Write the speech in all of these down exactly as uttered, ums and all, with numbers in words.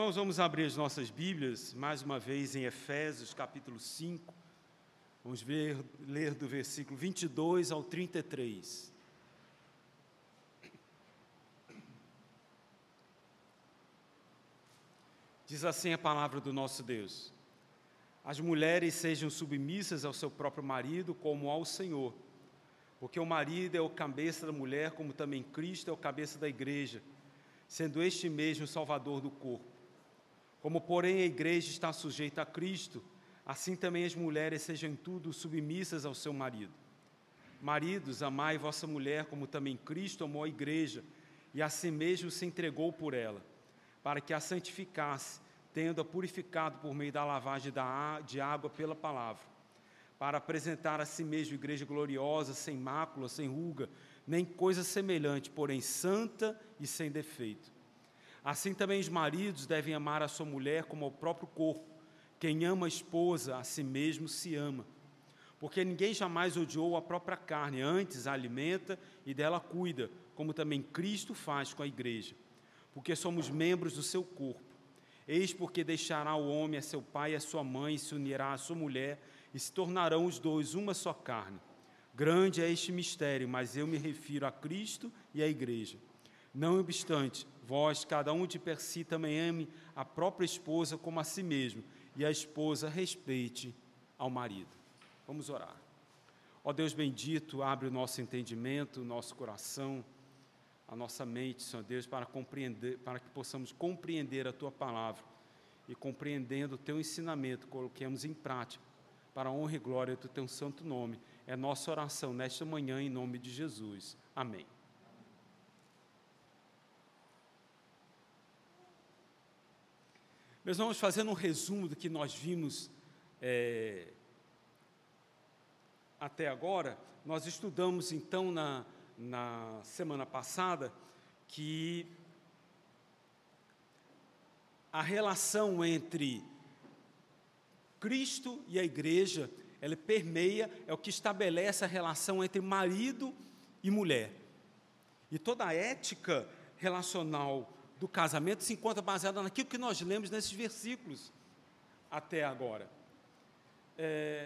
Nós vamos abrir as nossas Bíblias, mais uma vez, em Efésios, capítulo cinco. Vamos ver, ler do versículo vinte e dois ao trinta e três. Diz assim a palavra do nosso Deus: as mulheres sejam submissas ao seu próprio marido, como ao Senhor, porque o marido é o cabeça da mulher, como também Cristo é o cabeça da igreja, sendo este mesmo o Salvador do corpo. Como, porém, a igreja está sujeita a Cristo, assim também as mulheres sejam em tudo submissas ao seu marido. Maridos, amai vossa mulher, como também Cristo amou a igreja, e a si mesmo se entregou por ela, para que a santificasse, tendo-a purificado por meio da lavagem de água pela palavra, para apresentar a si mesmo igreja gloriosa, sem mácula, sem ruga, nem coisa semelhante, porém santa e sem defeito. Assim também os maridos devem amar a sua mulher como ao próprio corpo. Quem ama a esposa, a si mesmo se ama. Porque ninguém jamais odiou a própria carne, antes a alimenta e dela cuida, como também Cristo faz com a igreja. Porque somos membros do seu corpo. Eis porque deixará o homem a seu pai e a sua mãe, e se unirá à sua mulher, e se tornarão os dois uma só carne. Grande é este mistério, mas eu me refiro a Cristo e à igreja. Não obstante, vós, cada um de per si, também ame a própria esposa como a si mesmo, e a esposa respeite ao marido. Vamos orar. Ó Deus bendito, abre o nosso entendimento, o nosso coração, a nossa mente, Senhor Deus, para compreender, para que possamos compreender a Tua palavra, e compreendendo o Teu ensinamento, coloquemos em prática, para a honra e glória do Teu santo nome. É nossa oração nesta manhã, em nome de Jesus. Amém. Meus irmãos, fazendo um resumo do que nós vimos é, até agora, nós estudamos então na, na semana passada que a relação entre Cristo e a igreja, ela permeia, é o que estabelece a relação entre marido e mulher. E toda a ética relacional do casamento se encontra baseada naquilo que nós lemos nesses versículos até agora. É,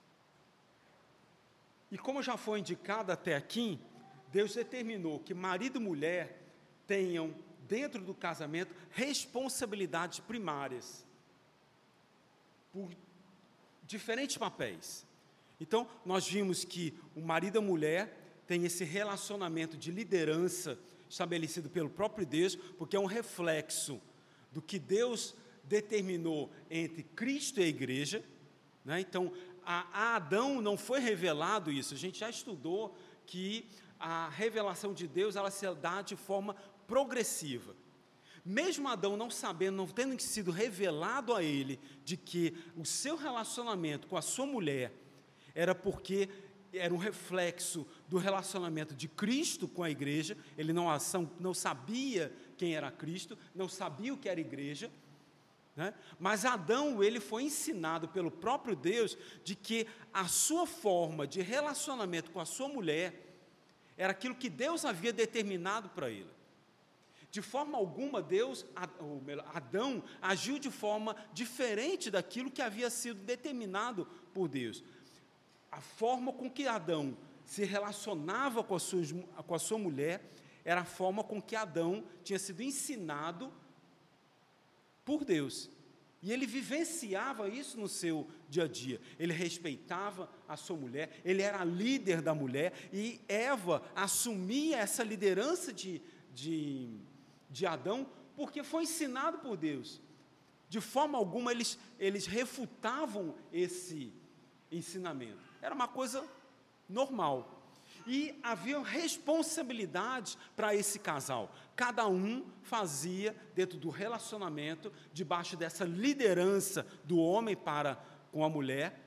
e como já foi indicado até aqui, Deus determinou que marido e mulher tenham, dentro do casamento, responsabilidades primárias, por diferentes papéis. Então, nós vimos que o marido e a mulher têm esse relacionamento de liderança estabelecido pelo próprio Deus, porque é um reflexo do que Deus determinou entre Cristo e a igreja, né? Então, a, a Adão não foi revelado isso. A gente já estudou que a revelação de Deus, ela se dá de forma progressiva. Mesmo Adão não sabendo, não tendo sido revelado a ele de que o seu relacionamento com a sua mulher era porque era um reflexo do relacionamento de Cristo com a igreja. Ele não, não sabia quem era Cristo, não sabia o que era igreja, né? Mas Adão, ele foi ensinado pelo próprio Deus de que a sua forma de relacionamento com a sua mulher era aquilo que Deus havia determinado para ele. De forma alguma, Deus, Adão, agiu de forma diferente daquilo que havia sido determinado por Deus. A forma com que Adão se relacionava com a, sua, com a sua mulher era a forma com que Adão tinha sido ensinado por Deus. E ele vivenciava isso no seu dia a dia. Ele respeitava a sua mulher, ele era líder da mulher, e Eva assumia essa liderança de, de, de Adão, porque foi ensinado por Deus. De forma alguma, eles, eles refutavam esse ensinamento. Era uma coisa normal. E havia responsabilidades para esse casal. Cada um fazia, dentro do relacionamento, debaixo dessa liderança do homem para com a mulher,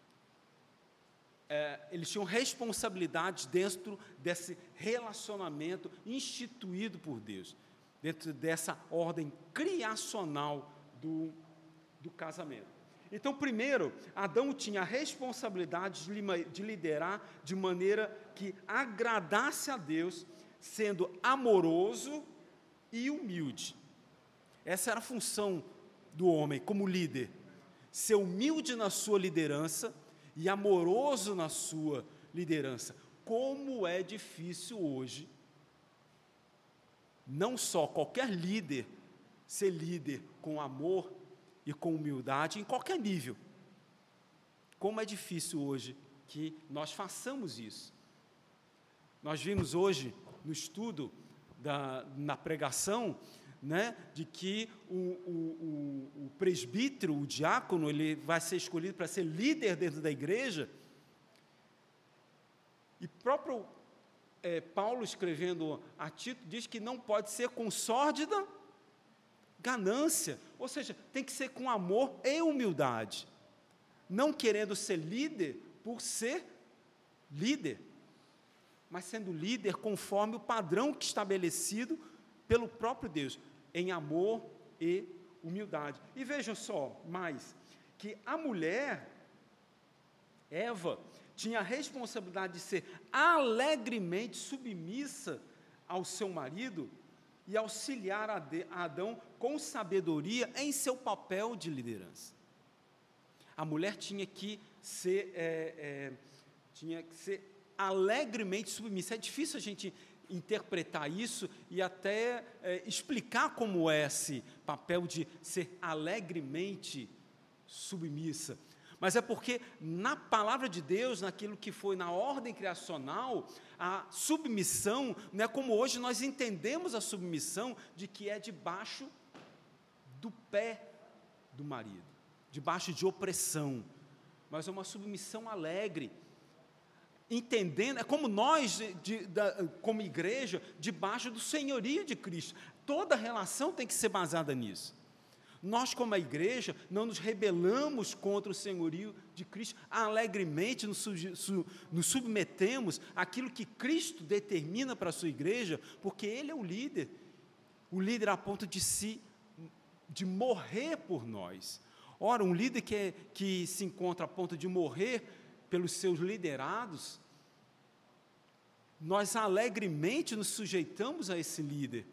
é, eles tinham responsabilidades dentro desse relacionamento instituído por Deus, dentro dessa ordem criacional do, do casamento. Então, primeiro, Adão tinha a responsabilidade de liderar de maneira que agradasse a Deus, sendo amoroso e humilde. Essa era a função do homem como líder, ser humilde na sua liderança e amoroso na sua liderança. Como é difícil hoje, não só qualquer líder, ser líder com amor e com humildade, em qualquer nível. Como é difícil hoje que nós façamos isso. Nós vimos hoje, no estudo, da, na pregação, né, de que o, o, o, o presbítero, o diácono, ele vai ser escolhido para ser líder dentro da igreja. E próprio é, Paulo, escrevendo a Tito, diz que não pode ser com sórdida ganância, ou seja, tem que ser com amor e humildade, não querendo ser líder por ser líder, mas sendo líder conforme o padrão que estabelecido pelo próprio Deus, em amor e humildade. E vejam só, mais, que a mulher, Eva, tinha a responsabilidade de ser alegremente submissa ao seu marido e auxiliar a, de, a Adão com sabedoria em seu papel de liderança. A mulher tinha que ser, é, é, tinha que ser alegremente submissa. É difícil a gente interpretar isso e até é, explicar como é esse papel de ser alegremente submissa. Mas é porque na palavra de Deus, naquilo que foi na ordem criacional, a submissão não é como hoje nós entendemos a submissão, de que é debaixo do pé do marido, debaixo de opressão, mas é uma submissão alegre, entendendo, é como nós, de, de, da, como igreja, debaixo do senhorio de Cristo. Toda relação tem que ser baseada nisso. Nós, como a igreja, não nos rebelamos contra o senhorio de Cristo, alegremente nos, su, nos submetemos àquilo que Cristo determina para a sua igreja, porque Ele é o líder, o líder a ponto de se, de morrer por nós. Ora, um líder que, é, que se encontra a ponto de morrer pelos seus liderados, nós alegremente nos sujeitamos a esse líder,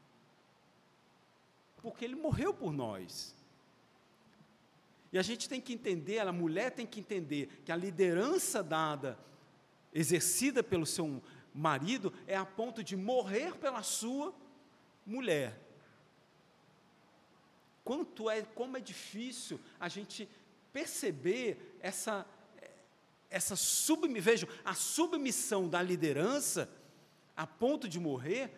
porque ele morreu por nós. E a gente tem que entender, a mulher tem que entender que a liderança dada, exercida pelo seu marido, é a ponto de morrer pela sua mulher. Quanto é, como é difícil a gente perceber essa, essa submissão, vejam, a submissão da liderança a ponto de morrer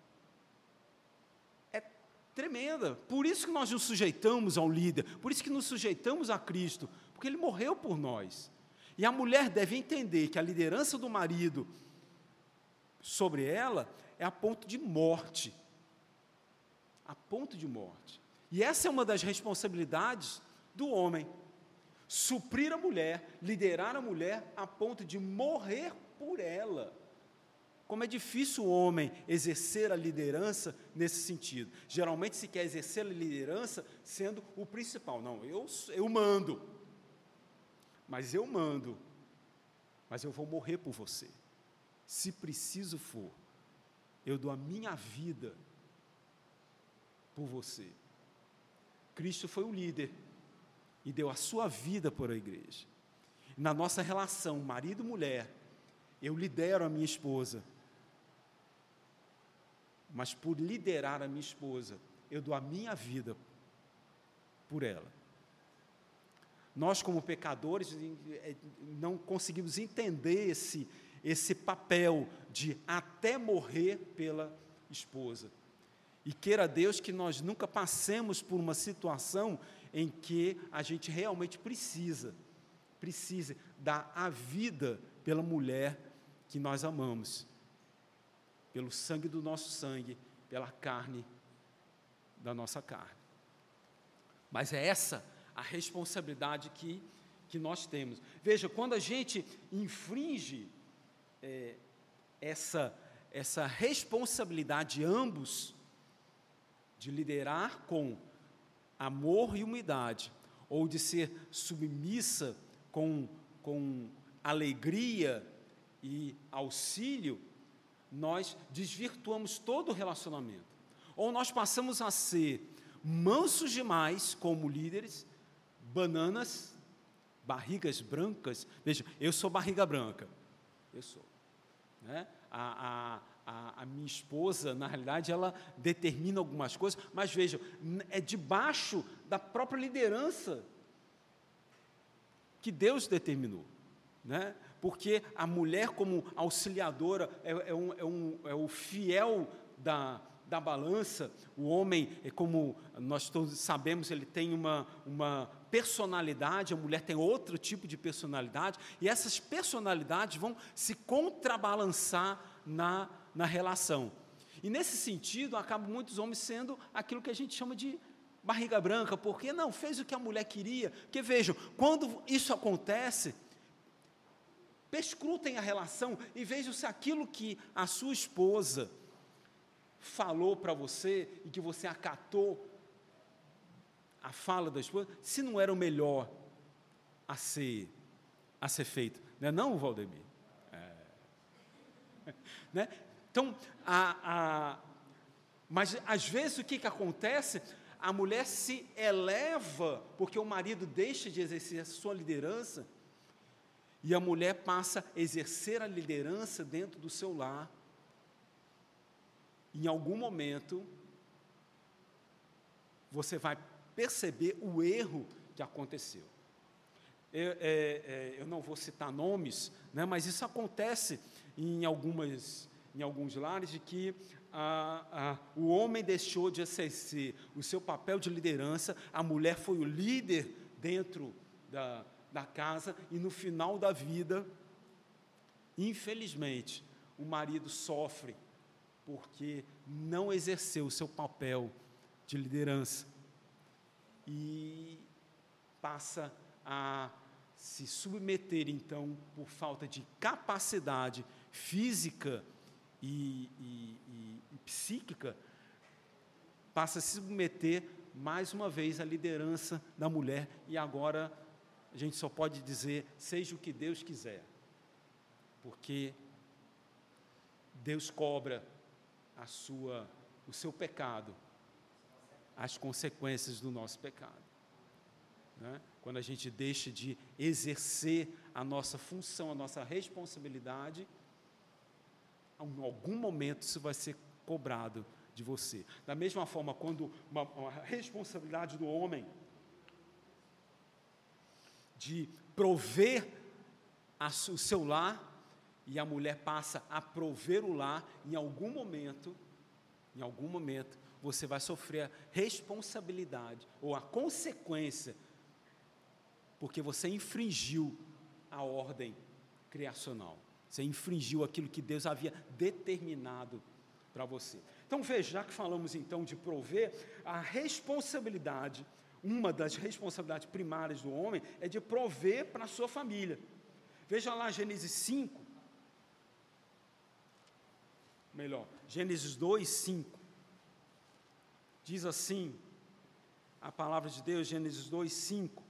é tremenda. Por isso que nós nos sujeitamos ao líder, por isso que nos sujeitamos a Cristo, porque Ele morreu por nós. E a mulher deve entender que a liderança do marido sobre ela é a ponto de morte, a ponto de morte. E essa é uma das responsabilidades do homem, suprir a mulher, liderar a mulher a ponto de morrer por ela. Como é difícil o homem exercer a liderança nesse sentido. Geralmente se quer exercer a liderança sendo o principal. Não, eu, eu mando, mas eu mando, mas eu vou morrer por você. Se preciso for, eu dou a minha vida por você. Cristo foi o líder e deu a sua vida por a igreja. Na nossa relação marido-mulher, eu lidero a minha esposa, mas por liderar a minha esposa, eu dou a minha vida por ela. Nós, como pecadores, não conseguimos entender esse, esse papel de até morrer pela esposa. E queira Deus que nós nunca passemos por uma situação em que a gente realmente precisa, precise dar a vida pela mulher que nós amamos, pelo sangue do nosso sangue, pela carne da nossa carne. Mas é essa a responsabilidade que, que nós temos. Veja, quando a gente infringe é, essa, essa responsabilidade de ambos, de liderar com amor e humildade, ou de ser submissa com, com alegria e auxílio, nós desvirtuamos todo o relacionamento. Ou nós passamos a ser mansos demais como líderes, bananas, barrigas brancas. Veja, eu sou barriga branca, eu sou, né? A, a, a, a minha esposa, na realidade, ela determina algumas coisas, mas veja, é debaixo da própria liderança que Deus determinou, né? Porque a mulher como auxiliadora é, é, um, é, um, é o fiel da, da balança. O homem, é como nós todos sabemos, ele tem uma, uma personalidade, a mulher tem outro tipo de personalidade, e essas personalidades vão se contrabalançar na, na relação. E nesse sentido, acabam muitos homens sendo aquilo que a gente chama de barriga branca, porque não, fez o que a mulher queria. Porque vejam, quando isso acontece, perscrutem a relação e vejam se aquilo que a sua esposa falou para você e que você acatou a fala da esposa, se não era o melhor a ser, a ser feito. Não é não, Valdemir? É. Né? Então, a, a, mas às vezes o que, que acontece? A mulher se eleva porque o marido deixa de exercer a sua liderança, e a mulher passa a exercer a liderança dentro do seu lar. Em algum momento, você vai perceber o erro que aconteceu. Eu, é, é, eu não vou citar nomes, né, mas isso acontece em, algumas, em alguns lares, de que a, a, o homem deixou de exercer o seu papel de liderança, a mulher foi o líder dentro da da casa, e no final da vida, infelizmente, o marido sofre, porque não exerceu o seu papel de liderança, e passa a se submeter, então, por falta de capacidade física e, e, e, e psíquica, passa a se submeter, mais uma vez, à liderança da mulher, e agora a gente só pode dizer, seja o que Deus quiser, porque Deus cobra a sua, o seu pecado, as consequências do nosso pecado, né? Quando a gente deixa de exercer a nossa função, a nossa responsabilidade, em algum momento isso vai ser cobrado de você. Da mesma forma, quando uma, uma responsabilidade do homem de prover a, o seu lar, e a mulher passa a prover o lar, em algum momento, em algum momento, você vai sofrer a responsabilidade, ou a consequência, porque você infringiu a ordem criacional, você infringiu aquilo que Deus havia determinado para você. Então veja, já que falamos então de prover, a responsabilidade, uma das responsabilidades primárias do homem é de prover para a sua família. Veja lá Gênesis cinco, melhor, Gênesis dois, cinco, diz assim, a palavra de Deus, Gênesis dois, cinco,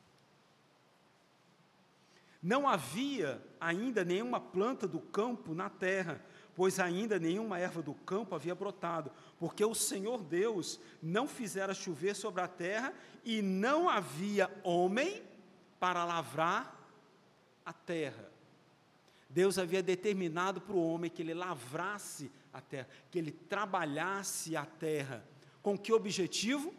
não havia ainda nenhuma planta do campo na terra, pois ainda nenhuma erva do campo havia brotado, porque o Senhor Deus não fizera chover sobre a terra, e não havia homem para lavrar a terra. Deus havia determinado para o homem que ele lavrasse a terra, que ele trabalhasse a terra, com que objetivo?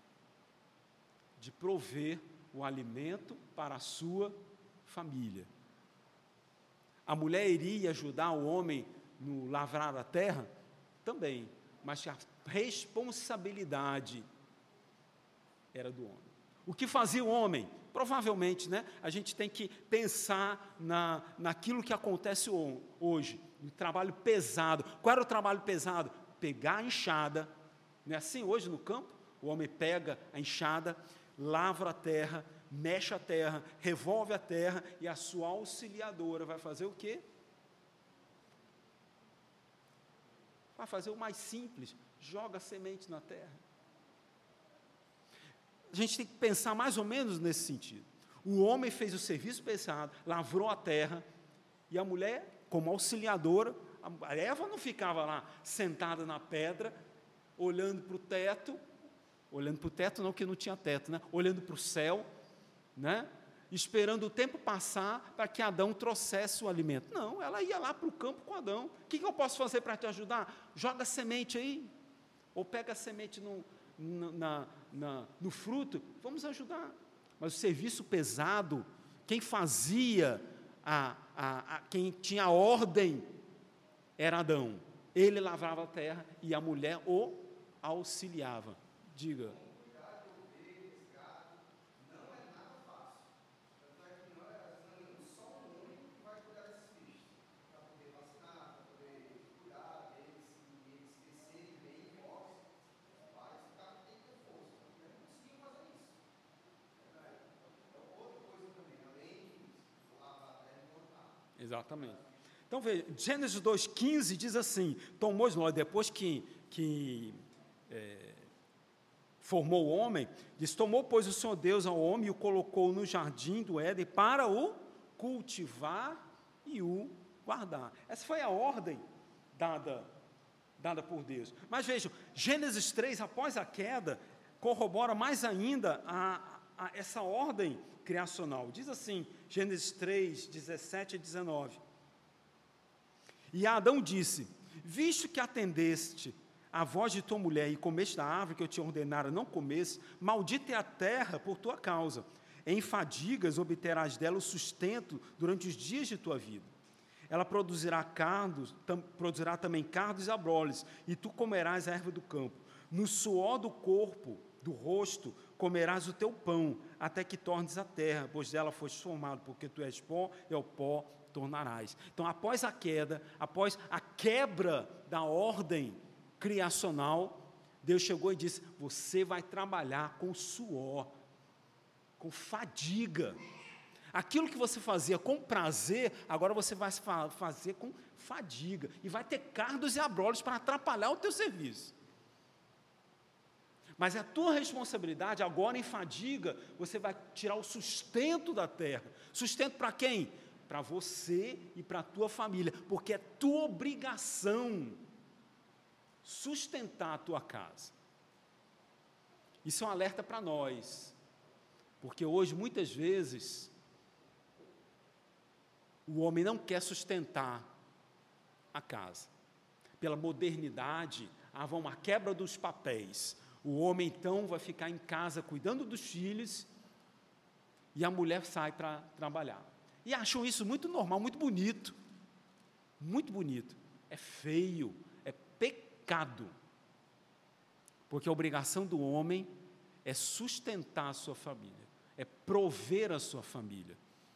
De prover o alimento para a sua família. A mulher iria ajudar o homem no lavrar a terra? Também, mas a responsabilidade era do homem. O que fazia o homem? Provavelmente, né, a gente tem que pensar na, naquilo que acontece hoje, no trabalho pesado. Qual era o trabalho pesado? Pegar a enxada, não é assim hoje no campo? O homem pega a enxada, lavra a terra, mexe a terra, revolve a terra, e a sua auxiliadora vai fazer o quê? Vai fazer o mais simples, joga a semente na terra. A gente tem que pensar mais ou menos nesse sentido. O homem fez o serviço pesado, lavrou a terra, e a mulher, como auxiliadora, a Eva não ficava lá sentada na pedra, olhando para o teto, olhando para o teto, não que não tinha teto, né? Olhando para o céu, né? Esperando o tempo passar para que Adão trouxesse o alimento. Não, ela ia lá para o campo com Adão. O que, que eu posso fazer para te ajudar? Joga semente aí, ou pega a semente no, no, na, na, no fruto, vamos ajudar. Mas o serviço pesado, quem fazia, a, a, a, quem tinha a ordem, era Adão. Ele lavrava a terra e a mulher o auxiliava. Diga. Exatamente. Então, veja, Gênesis dois, quinze diz assim, tomou Ló, depois que, que é, formou o homem, diz, tomou, pois, o Senhor Deus ao homem e o colocou no jardim do Éden para o cultivar e o guardar. Essa foi a ordem dada, dada por Deus. Mas vejam, Gênesis três, após a queda, corrobora mais ainda a, a essa ordem criacional. Diz assim, Gênesis três, dezessete a dezenove. E Adão disse, visto que atendeste a voz de tua mulher e comeste da árvore que eu te ordenara não comesse, maldita é a terra por tua causa. Em fadigas obterás dela o sustento durante os dias de tua vida. Ela produzirá cardos, tam, produzirá também cardos e abrolhos, e tu comerás a erva do campo. No suor do corpo, do rosto, comerás o teu pão, até que tornes a terra, pois dela foste formado, porque tu és pó, e ao pó tornarás. Então, após a queda, após a quebra da ordem criacional, Deus chegou e disse, você vai trabalhar com suor, com fadiga. Aquilo que você fazia com prazer, agora você vai fazer com fadiga, e vai ter cardos e abrolhos para atrapalhar o teu serviço. Mas é a tua responsabilidade, agora em fadiga, você vai tirar o sustento da terra. Sustento para quem? Para você e para a tua família, porque é tua obrigação sustentar a tua casa. Isso é um alerta para nós, porque hoje, muitas vezes, o homem não quer sustentar a casa. Pela modernidade, há uma quebra dos papéis. O homem, então, vai ficar em casa cuidando dos filhos e a mulher sai para trabalhar. E acham isso muito normal, muito bonito. Muito bonito. É feio, é pecado. Porque a obrigação do homem é sustentar a sua família, é prover a sua família.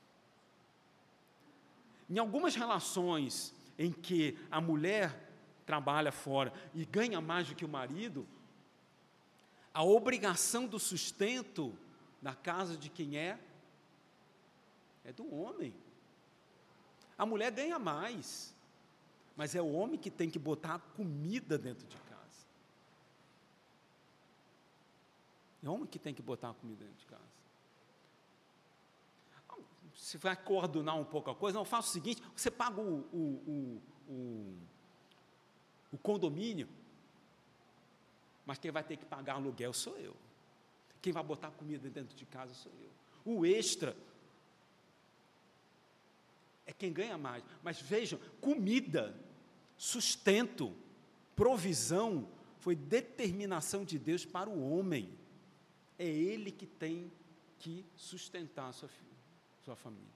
Em algumas relações em que a mulher trabalha fora e ganha mais do que o marido, a obrigação do sustento da casa de quem é? É do homem. A mulher ganha mais, mas é o homem que tem que botar a comida dentro de casa. É o homem que tem que botar a comida dentro de casa. Você vai coordenar um pouco a coisa, não, faça o seguinte, você paga o, o, o, o, o condomínio, mas quem vai ter que pagar aluguel sou eu. Quem vai botar comida dentro de casa sou eu. O extra é quem ganha mais. Mas vejam, comida, sustento, provisão, foi determinação de Deus para o homem. É ele que tem que sustentar a sua, sua família.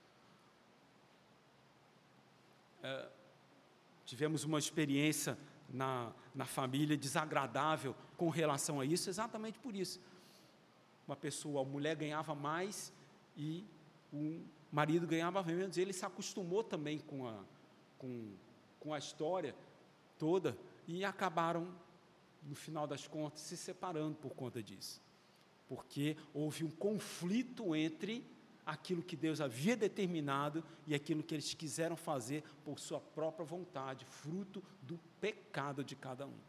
É, tivemos uma experiência Na, na família, desagradável com relação a isso, exatamente por isso. Uma pessoa, a mulher ganhava mais e o marido ganhava menos, ele se acostumou também com a, com, com a história toda e acabaram, no final das contas, se separando por conta disso. Porque houve um conflito entre aquilo que Deus havia determinado e aquilo que eles quiseram fazer por sua própria vontade, fruto do pecado de cada um.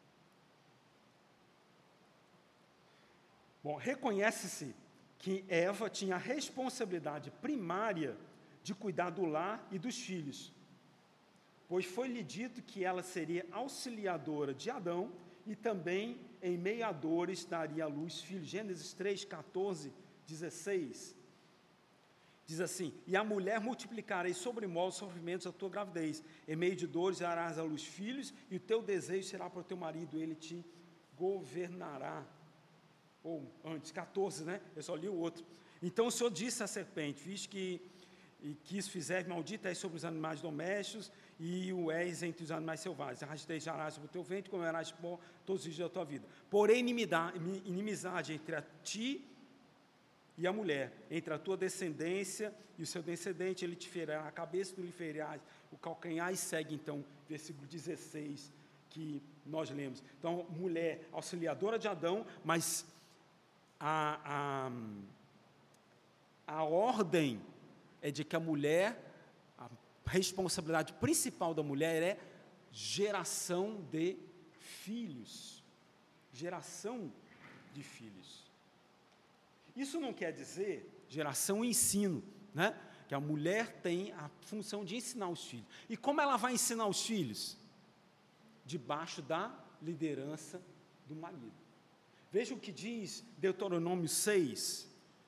Bom, reconhece-se que Eva tinha a responsabilidade primária de cuidar do lar e dos filhos, pois foi-lhe dito que ela seria auxiliadora de Adão e também em meio a dores daria à luz filhos. Gênesis três, quatorze, dezesseis, diz assim: e a mulher multiplicarei sobremodo os sofrimentos da tua gravidez, em meio de dores darás à luz filhos, e o teu desejo será para o teu marido, ele te governará. Ou antes, quatorze, né? Eu só li o outro. Então o Senhor disse à serpente: visto que e que isso fizer, maldita és sobre os animais domésticos, e o és entre os animais selvagens. Rastejarás sobre o teu ventre, comerás pó todos os dias da tua vida. Porém, inimidade, inimizade entre a ti e a mulher, entre a tua descendência e o seu descendente, ele te ferirá a cabeça, tu lhe ferirás o calcanhar. E segue então, versículo dezesseis, que nós lemos. Então, mulher auxiliadora de Adão, mas a, a, a ordem é de que a mulher, a responsabilidade principal da mulher é geração de filhos. Geração de filhos. Isso não quer dizer geração e ensino, né? Que a mulher tem a função de ensinar os filhos. E como ela vai ensinar os filhos? Debaixo da liderança do marido. Veja o que diz Deuteronômio seis.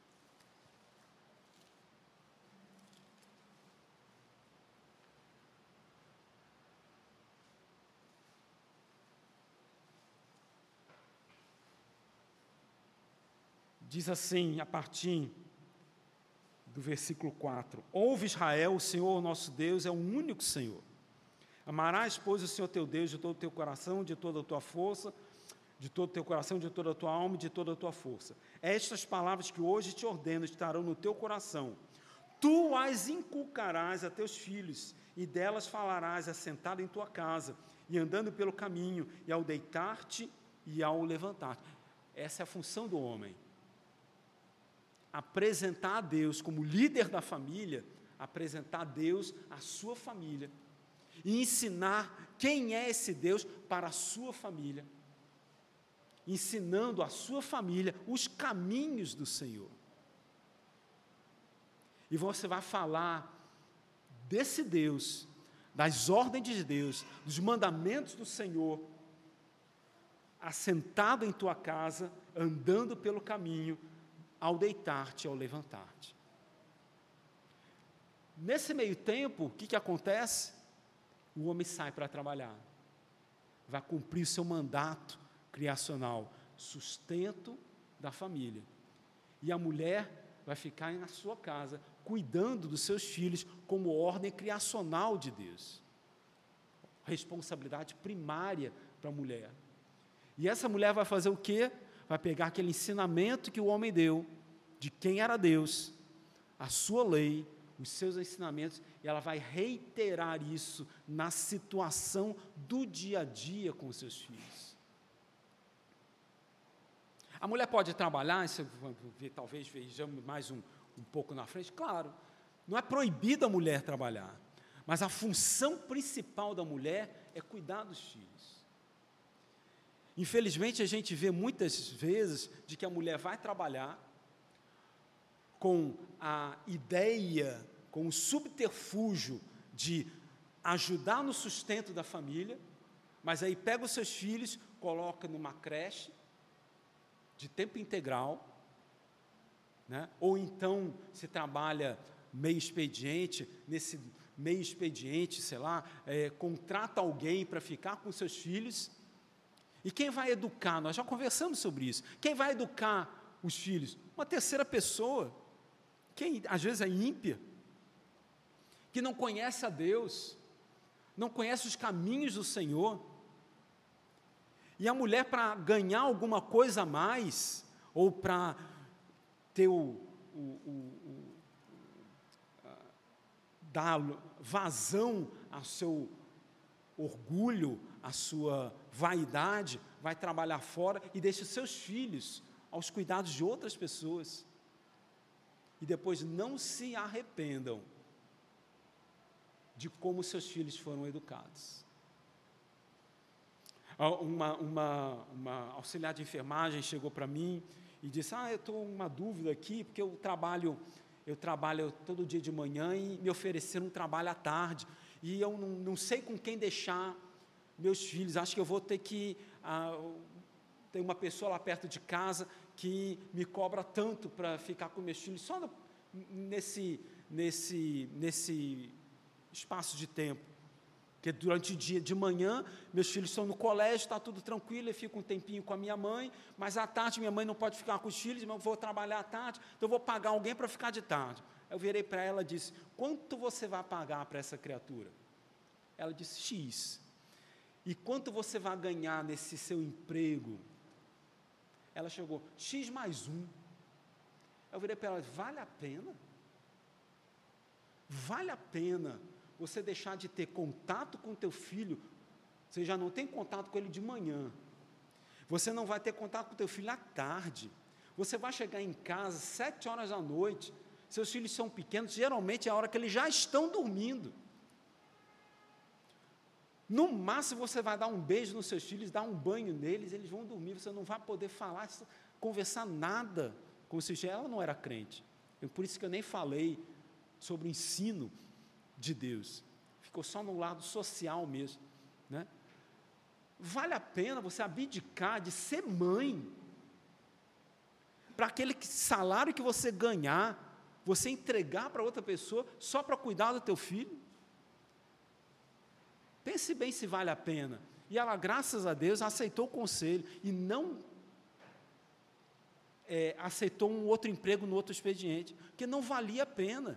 Diz assim, a partir do versículo quatro: ouve, Israel, o Senhor nosso Deus é o único Senhor. Amarás, pois, o Senhor teu Deus de todo o teu coração, de toda a tua força, de todo o teu coração, de toda a tua alma e de toda a tua força. Estas palavras que hoje te ordeno estarão no teu coração. Tu as inculcarás a teus filhos, e delas falarás assentado em tua casa, e andando pelo caminho, e ao deitar-te e ao levantar-te. Essa é a função do homem. Apresentar a Deus como líder da família, apresentar a Deus à sua família, e ensinar quem é esse Deus para a sua família, ensinando à sua família os caminhos do Senhor. E você vai falar desse Deus, das ordens de Deus, dos mandamentos do Senhor, assentado em tua casa, andando pelo caminho, ao deitar-te, ao levantar-te. Nesse meio tempo, o que, que acontece? O homem sai para trabalhar, vai cumprir o seu mandato criacional, sustento da família. E a mulher vai ficar na sua casa, cuidando dos seus filhos, como ordem criacional de Deus. Responsabilidade primária para a mulher. E essa mulher vai fazer o quê? Vai pegar aquele ensinamento que o homem deu, de quem era Deus, a sua lei, os seus ensinamentos, e ela vai reiterar isso na situação do dia a dia com os seus filhos. A mulher pode trabalhar, isso talvez vejamos mais um, um pouco na frente, claro, não é proibido a mulher trabalhar, mas a função principal da mulher é cuidar dos filhos. Infelizmente, a gente vê muitas vezes de que a mulher vai trabalhar com a ideia, com o subterfúgio de ajudar no sustento da família, mas aí pega os seus filhos, coloca numa creche de tempo integral, né? Ou então se trabalha meio expediente, nesse meio expediente, sei lá, é, contrata alguém para ficar com seus filhos. E quem vai educar? Nós já conversamos sobre isso. Quem vai educar os filhos? Uma terceira pessoa, que às vezes é ímpia, que não conhece a Deus, não conhece os caminhos do Senhor. E a mulher, para ganhar alguma coisa a mais, ou para ter o, o, o, o a, dar vazão ao seu orgulho, à sua vaidade, vai trabalhar fora e deixa seus filhos aos cuidados de outras pessoas. E depois não se arrependam de como seus filhos foram educados. Uma, uma, uma auxiliar de enfermagem chegou para mim e disse: ah, eu estou com uma dúvida aqui, porque eu trabalho, eu trabalho todo dia de manhã e me ofereceram um trabalho à tarde, e eu não, não sei com quem deixar meus filhos, acho que eu vou ter que, ah, tem uma pessoa lá perto de casa que me cobra tanto para ficar com meus filhos, só no, nesse, nesse, nesse espaço de tempo, porque durante o dia de manhã, meus filhos estão no colégio, está tudo tranquilo, eu fico um tempinho com a minha mãe, mas à tarde minha mãe não pode ficar com os filhos, eu vou trabalhar à tarde, então eu vou pagar alguém para ficar de tarde. Eu virei para ela e disse, quanto você vai pagar para essa criatura? Ela disse, X. E quanto você vai ganhar nesse seu emprego? Ela chegou, X mais um. Eu virei para ela, vale a pena? Vale a pena você deixar de ter contato com teu filho? Você já não tem contato com ele de manhã, você não vai ter contato com teu filho à tarde, você vai chegar em casa sete horas da noite, seus filhos são pequenos, geralmente é a hora que eles já estão dormindo, no máximo você vai dar um beijo nos seus filhos, dar um banho neles, eles vão dormir, você não vai poder falar, conversar nada com os seus filhos. Ela não era crente, por isso que eu nem falei sobre o ensino de Deus, ficou só no lado social mesmo, né? Vale a pena você abdicar de ser mãe, para aquele salário que você ganhar, você entregar para outra pessoa, só para cuidar do teu filho? Pense bem se vale a pena. E ela, graças a Deus, aceitou o conselho, e não é, aceitou um outro emprego no outro expediente, porque não valia a pena.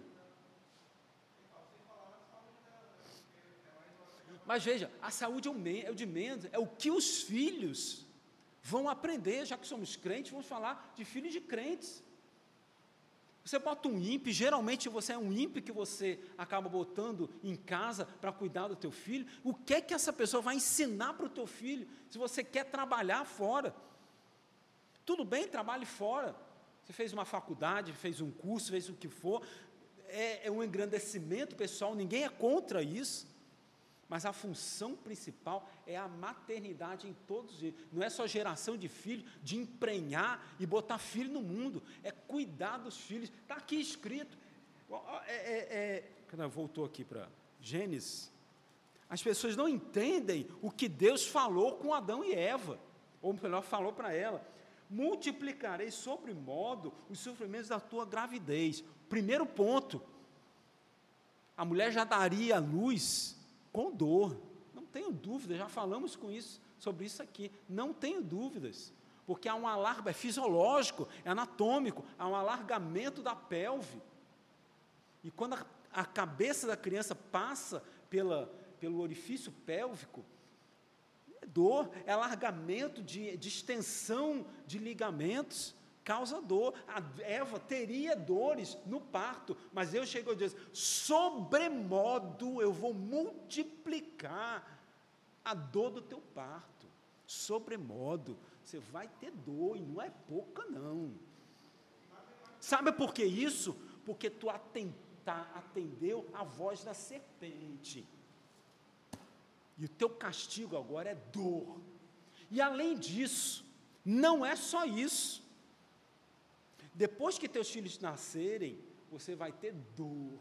Mas veja, a saúde é o de menos, é o que os filhos vão aprender, já que somos crentes, vamos falar de filhos de crentes. Você bota um ímpio, geralmente você é um ímpio que você acaba botando em casa para cuidar do teu filho, o que é que essa pessoa vai ensinar para o teu filho, se você quer trabalhar fora? Tudo bem, trabalhe fora, você fez uma faculdade, fez um curso, fez o que for, é, é um engrandecimento pessoal, ninguém é contra isso, mas a função principal é a maternidade em todos os dias. Não é só geração de filhos, de emprenhar e botar filho no mundo, é cuidar dos filhos. Está aqui escrito. É, é, é, voltou aqui para Gênesis. As pessoas não entendem o que Deus falou com Adão e Eva, ou melhor, falou para ela: multiplicarei sobremodo os sofrimentos da tua gravidez. Primeiro ponto, a mulher já daria à luz com dor, não tenho dúvida, já falamos com isso, sobre isso aqui, não tenho dúvidas, porque há um alargamento, é fisiológico, é anatômico, há um alargamento da pelve, e quando a, a cabeça da criança passa pela, pelo orifício pélvico, é dor, é alargamento de, de extensão de ligamentos, causa dor. A Eva teria dores no parto, mas Deus chegou e disse: sobremodo eu vou multiplicar a dor do teu parto, sobremodo, você vai ter dor, e não é pouca não. Sabe por que isso? Porque tu atenta, atendeu a voz da serpente, e o teu castigo agora é dor. E além disso, não é só isso. Depois que teus filhos nascerem, você vai ter dor,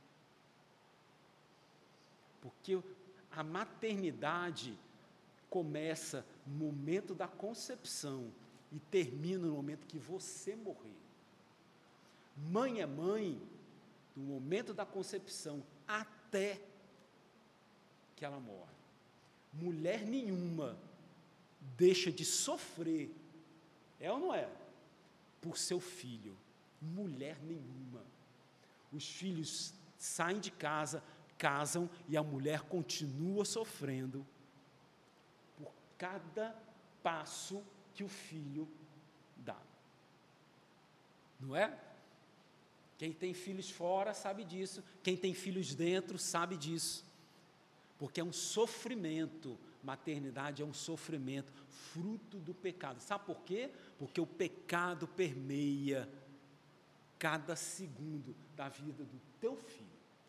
porque a maternidade começa no momento da concepção e termina no momento que você morrer. Mãe é mãe do momento da concepção até que ela morre. Mulher nenhuma deixa de sofrer, é ou não é? Por seu filho, mulher nenhuma. Os filhos saem de casa, casam, e a mulher continua sofrendo por cada passo que o filho dá. Não é? Quem tem filhos fora sabe disso, quem tem filhos dentro sabe disso, porque é um sofrimento. Maternidade é um sofrimento, fruto do pecado. Sabe por quê? Porque o pecado permeia cada segundo da vida do teu filho.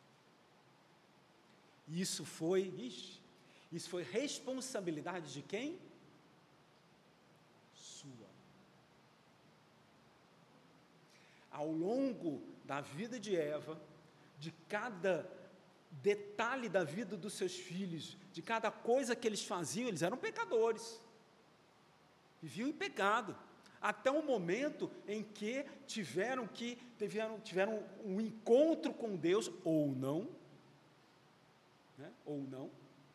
Isso foi, ixi, isso foi responsabilidade de quem? Sua. Ao longo da vida de Eva, de cada detalhe da vida dos seus filhos, de cada coisa que eles faziam, eles eram pecadores, viviam em pecado, até o momento em que tiveram que tiveram, tiveram um encontro com Deus, ou não, né? ou não,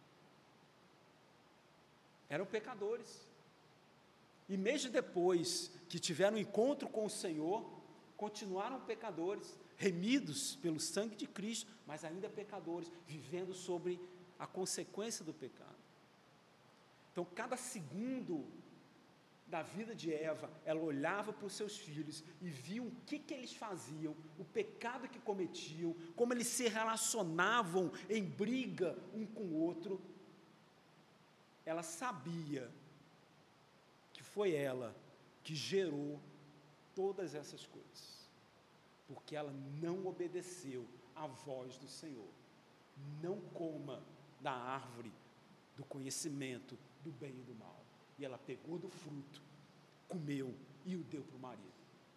eram pecadores, e mesmo depois que tiveram um encontro com o Senhor, continuaram pecadores, remidos pelo sangue de Cristo, mas ainda pecadores, vivendo sobre a consequência do pecado. Então, cada segundo da vida de Eva, ela olhava para os seus filhos e via o que, que eles faziam, o pecado que cometiam, como eles se relacionavam em briga um com o outro. Ela sabia que foi ela que gerou todas essas coisas, porque ela não obedeceu à voz do Senhor. Não coma da árvore do conhecimento do bem e do mal. E ela pegou do fruto, comeu e o deu para o marido.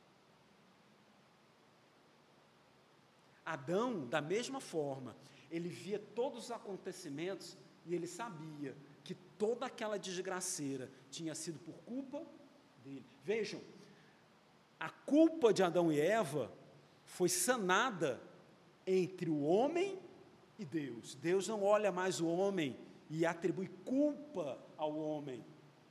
Adão, da mesma forma, ele via todos os acontecimentos e ele sabia que toda aquela desgraceira tinha sido por culpa dele. Vejam, a culpa de Adão e Eva foi sanada entre o homem e Deus. Deus não olha mais o homem e atribui culpa ao homem,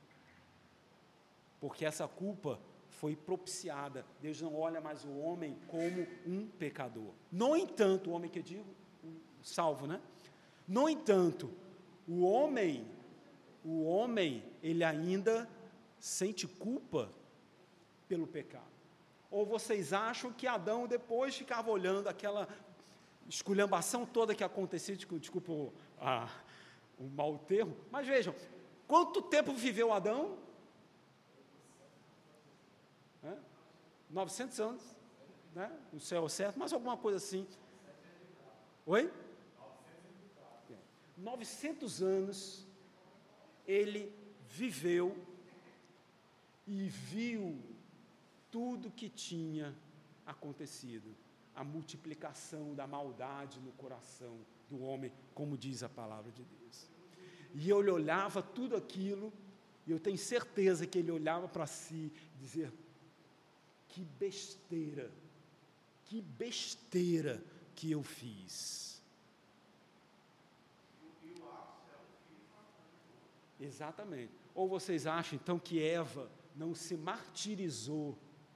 porque essa culpa foi propiciada. Deus não olha mais o homem como um pecador. No entanto, o homem que eu digo, salvo, né? No entanto, o homem, o homem, ele ainda sente culpa pelo pecado. Ou vocês acham que Adão depois ficava olhando aquela esculhambação toda que acontecia, desculpa o, ah, o mau termo, mas vejam, quanto tempo viveu Adão? É? novecentos anos, né? O céu certo, mas alguma coisa assim. Oi? novecentos anos ele viveu e viu tudo que tinha acontecido, a multiplicação da maldade no coração do homem, como diz a palavra de Deus. E ele olhava tudo aquilo, e eu tenho certeza que ele olhava para si e dizia: que besteira, que besteira que eu fiz. Exatamente. Ou vocês acham então que Eva não se martirizou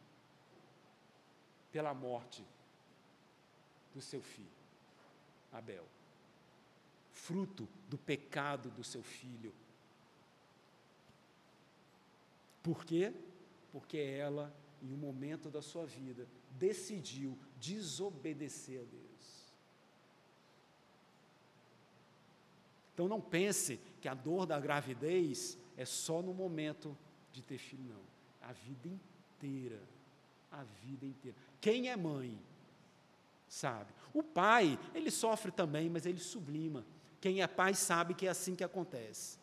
pela morte do seu filho, Abel, fruto do pecado do seu filho? Por quê? Porque ela, em um momento da sua vida, decidiu desobedecer a Deus. Então não pense que a dor da gravidez é só no momento de ter filho, não. A vida inteira, a vida inteira. Quem é mãe, sabe. O pai, ele sofre também, mas ele sublima. Quem é pai sabe que é assim que acontece.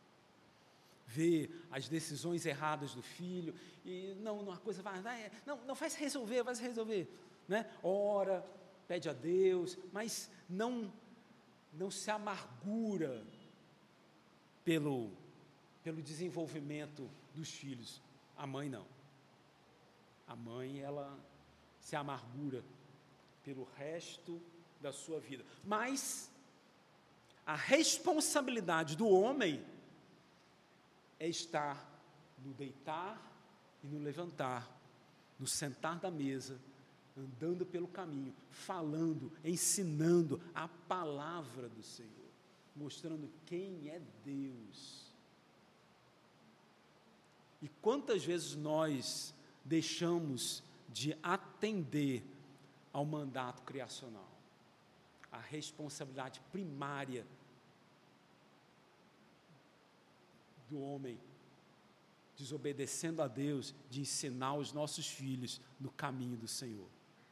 Vê as decisões erradas do filho, e não, não a coisa vai, vai não, não vai se resolver, vai se resolver, né? Ora, pede a Deus, mas não, não se amargura pelo, pelo desenvolvimento dos filhos. A mãe não. A mãe, ela se amargura pelo resto da sua vida. Mas a responsabilidade do homem é estar no deitar e no levantar, no sentar da mesa, andando pelo caminho, falando, ensinando a palavra do Senhor, mostrando quem é Deus. E quantas vezes nós deixamos de atender ao mandato criacional, a responsabilidade primária do homem, desobedecendo a Deus, de ensinar os nossos filhos no caminho do Senhor.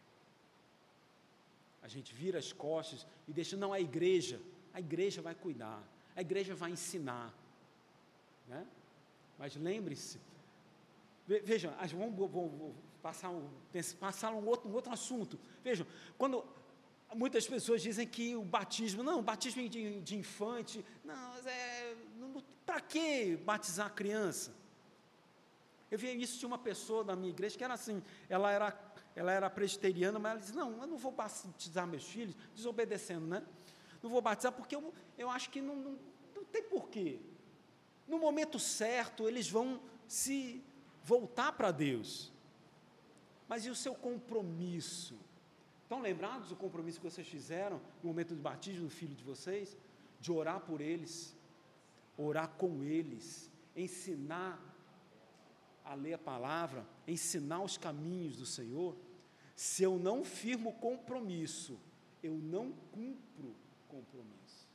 A gente vira as costas e deixa, não, a igreja, a igreja vai cuidar, a igreja vai ensinar, né? Mas lembre-se, vejam, vamos, vamos passar, um, passar um, outro, um outro assunto. Vejam, quando Muitas pessoas dizem que o batismo, não, o batismo de, de infante, não, é, para que batizar a criança? Eu vi isso de uma pessoa da minha igreja, que era assim, ela era, ela era presbiteriana, mas ela disse, não, eu não vou batizar meus filhos, desobedecendo, né? Não vou batizar porque eu, eu acho que não, não, não tem porquê. No momento certo, eles vão se voltar para Deus. Mas e o seu compromisso? Estão lembrados do compromisso que vocês fizeram no momento do batismo do filho de vocês? De orar por eles, orar com eles, ensinar a ler a palavra, ensinar os caminhos do Senhor. Se eu não firmo compromisso, eu não cumpro compromisso.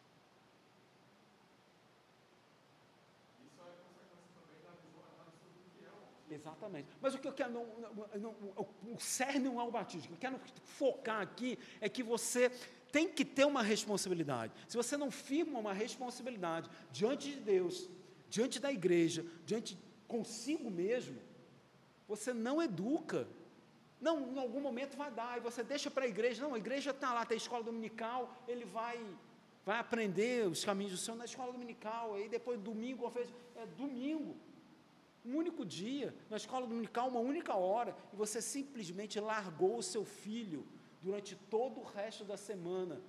Isso é consequência também da visão errada sobre o que é o batismo. Exatamente. Mas o que eu quero, não, não, não, o cerne não é o batismo. O que eu quero focar aqui é que você tem que ter uma responsabilidade. Se você não firma uma responsabilidade diante de Deus, diante da igreja, diante consigo mesmo, você não educa. Não, em algum momento vai dar, e você deixa para a igreja, não, a igreja está lá, tem escola dominical, ele vai, vai aprender os caminhos do Senhor na escola dominical, aí depois domingo, é domingo, um único dia, na escola dominical, uma única hora, e você simplesmente largou o seu filho durante todo o resto da semana.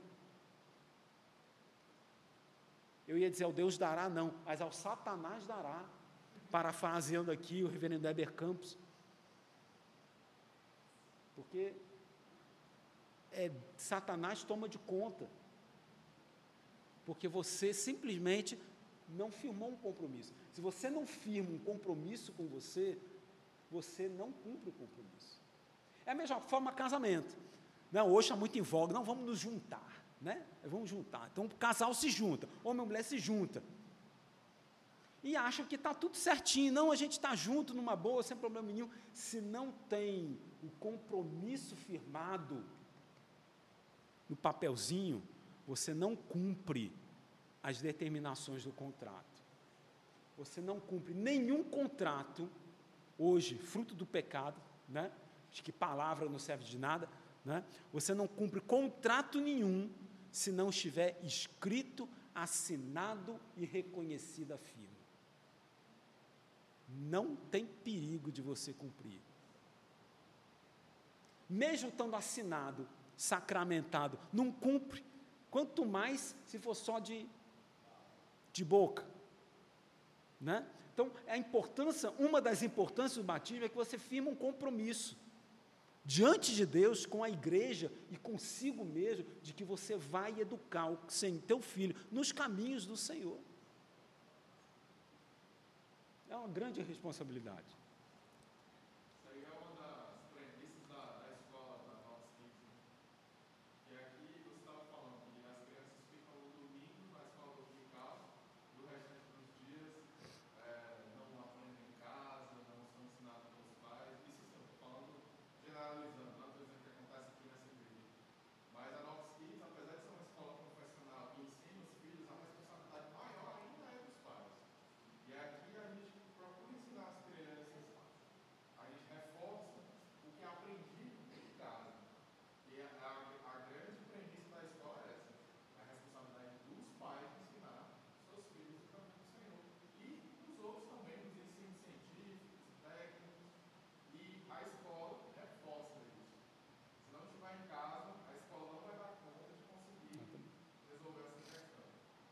Eu ia dizer, ao Deus dará, não, mas ao Satanás dará, parafraseando aqui o reverendo Heber Campos, porque é, Satanás toma de conta, porque você simplesmente não firmou um compromisso. Se você não firma um compromisso com você, você não cumpre o compromisso. É a mesma forma casamento. Não, hoje está muito em voga, não, vamos nos juntar, né? Vamos juntar. Então o casal se junta, homem e mulher se junta. E acham que está tudo certinho, não, a gente está junto numa boa, sem problema nenhum. Se não tem o compromisso firmado no papelzinho, você não cumpre as determinações do contrato. Você não cumpre nenhum contrato, hoje, fruto do pecado, né? Acho que palavra não serve de nada, né? Você não cumpre contrato nenhum, se não estiver escrito, assinado e reconhecido a firma. Não tem perigo de você cumprir. Mesmo estando assinado, sacramentado, não cumpre, quanto mais se for só de, de boca, né? Então, a importância, uma das importâncias do batismo é que você firma um compromisso diante de Deus, com a igreja e consigo mesmo, de que você vai educar o teu filho nos caminhos do Senhor. É uma grande responsabilidade. Isso aí é uma das premissas da, da escola da Nova Skins. E aqui você estava falando que as crianças ficam no domingo na escola dominical, e o restante dos dias é, não aprendem em casa, não são ensinados pelos pais. Isso eu estou falando generalizando, não estou dizendo que acontece aqui nessa igreja. Mas a Nova Skins, apesar de ser uma escola profissional que ensina os filhos, a responsabilidade maior ainda é dos pais. E aqui a gente procura ensinar as crianças, a gente reforça o que é aprendido em casa. E a, a, a grande premissa da escola é essa, a responsabilidade dos pais de ensinar seus filhos o caminho do Senhor. E dos outros também, dos ensinos científicos, técnicos. E a escola reforça isso. Se não estiver em casa, a escola não vai dar conta de conseguir resolver essa questão.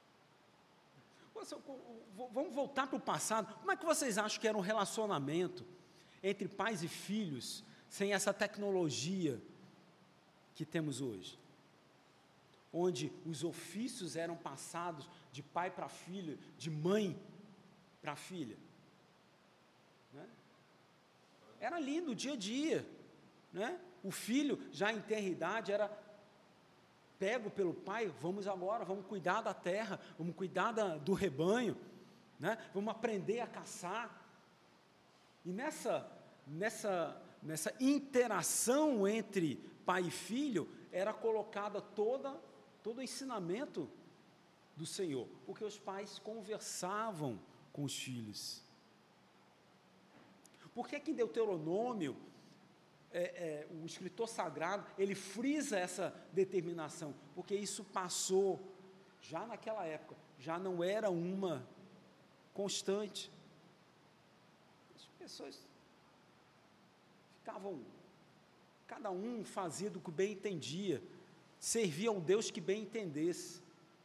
Vamos voltar para o passado. Como é que vocês acham que era um relacionamento entre pais e filhos sem essa tecnologia que temos hoje? Onde os ofícios eram passados de pai para filho, de mãe para filha. Né? Era ali no dia a dia. Né? O filho, já em tenra idade, era pego pelo pai, vamos agora, vamos cuidar da terra, vamos cuidar da, do rebanho, né? Vamos aprender a caçar. E nessa, nessa, nessa interação entre pai e filho, era colocada toda, todo o ensinamento do Senhor, porque os pais conversavam com os filhos. Por que que em Deuteronômio, é, é, o escritor sagrado, ele frisa essa determinação, porque isso passou, já naquela época, já não era uma constante. As pessoas ficavam, cada um fazia do que bem entendia, servia ao Deus que bem entendesse.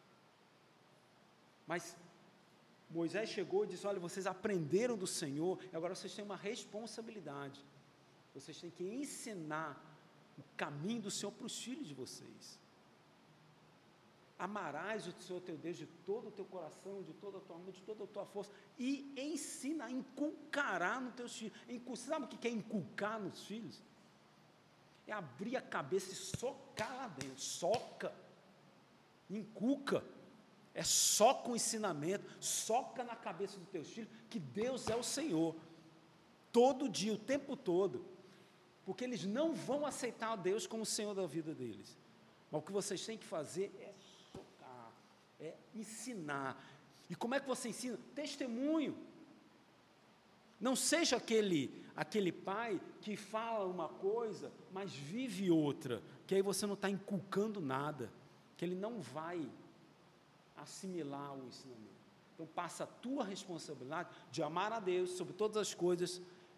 Mas Moisés chegou e disse: olha, vocês aprenderam do Senhor, e agora vocês têm uma responsabilidade, vocês têm que ensinar o caminho do Senhor para os filhos de vocês. Amarás o Senhor teu Deus de todo o teu coração, de toda a tua alma, de toda a tua força, e ensina, inculcará nos teus filhos. Sabe o que é inculcar nos filhos? É abrir a cabeça e socar lá dentro, soca, inculca, é só com ensinamento, soca na cabeça dos teus filhos, que Deus é o Senhor, todo dia, o tempo todo, porque eles não vão aceitar a Deus como o Senhor da vida deles, mas o que vocês têm que fazer é socar, é ensinar. E como é que você ensina? Testemunho. Não seja aquele, aquele pai que fala uma coisa, mas vive outra, que aí você não está inculcando nada, que ele não vai assimilar o ensinamento. Então passa a tua responsabilidade de amar a Deus sobre todas as coisas,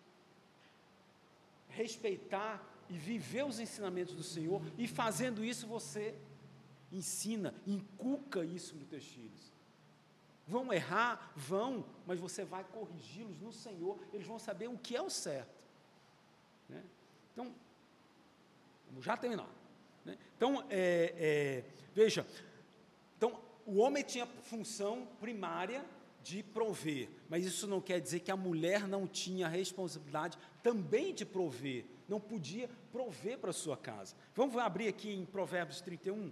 respeitar e viver os ensinamentos do Senhor, e fazendo isso você ensina, inculca isso para os teus filhos. Vão errar? Vão, mas você vai corrigi-los no Senhor, eles vão saber o que é o certo, né? Então, vamos já terminar, né? Então, é, é, veja, então, o homem tinha função primária de prover, mas isso não quer dizer que a mulher não tinha a responsabilidade também de prover, não podia prover para a sua casa. Vamos abrir aqui em Provérbios trinta e um.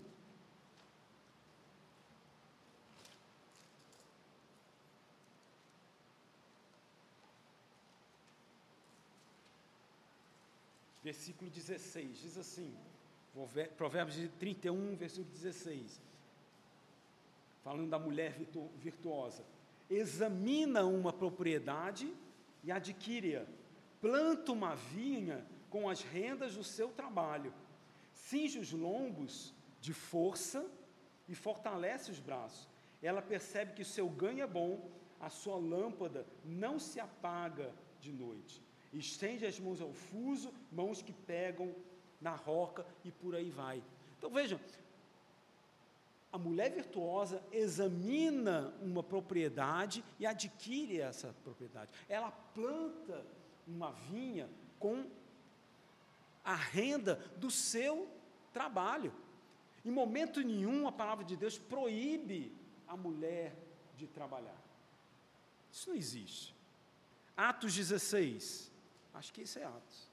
Versículo dezesseis, diz assim, Provérbios trinta e um, versículo dezesseis, falando da mulher virtu, virtuosa: examina uma propriedade e adquire-a, planta uma vinha com as rendas do seu trabalho, cinge os lombos de força e fortalece os braços. Ela percebe que o seu ganho é bom, a sua lâmpada não se apaga de noite. Estende as mãos ao fuso, mãos que pegam na roca, e por aí vai. Então vejam, a mulher virtuosa examina uma propriedade e adquire essa propriedade. Ela planta uma vinha com a renda do seu trabalho. Em momento nenhum a palavra de Deus proíbe a mulher de trabalhar. Isso não existe. Atos dezesseis, acho que isso é Atos.